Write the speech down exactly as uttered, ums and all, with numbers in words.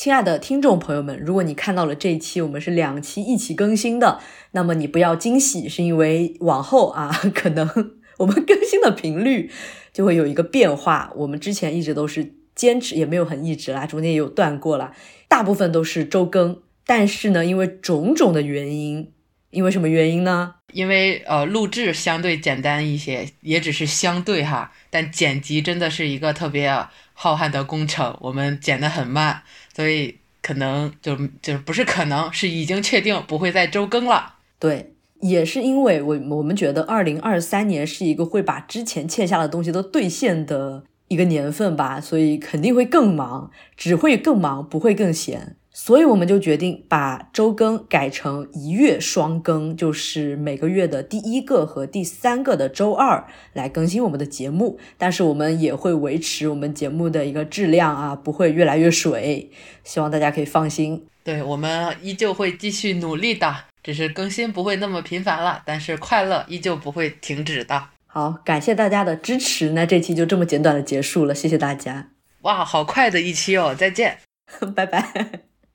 亲爱的听众朋友们，如果你看到了这一期我们是两期一起更新的，那么你不要惊喜，是因为往后啊，可能我们更新的频率就会有一个变化。我们之前一直都是坚持，也没有很一直啦，中间也有断过啦，大部分都是周更。但是呢，因为种种的原因，因为什么原因呢？ 因为呃录制相对简单一些，也只是相对哈，但剪辑真的是一个特别浩瀚的工程，我们剪得很慢，所以可能就就不是可能是已经确定不会再周更了。 对，也是因为我我们觉得二零二三年是一个会把之前欠下的东西都兑现的一个年份吧，所以肯定会更忙，只会更忙，不会更闲。所以我们就决定把周更改成一月双更，就是每个月的第一个和第三个的周二来更新我们的节目，但是我们也会维持我们节目的一个质量啊，不会越来越水，希望大家可以放心。 对，我们依旧会继续努力的，只是更新不会那么频繁了，但是快乐依旧不会停止的。 好，感谢大家的支持，那这期就这么简短的结束了，谢谢大家。 哇，好快的一期哦，再见。 拜拜。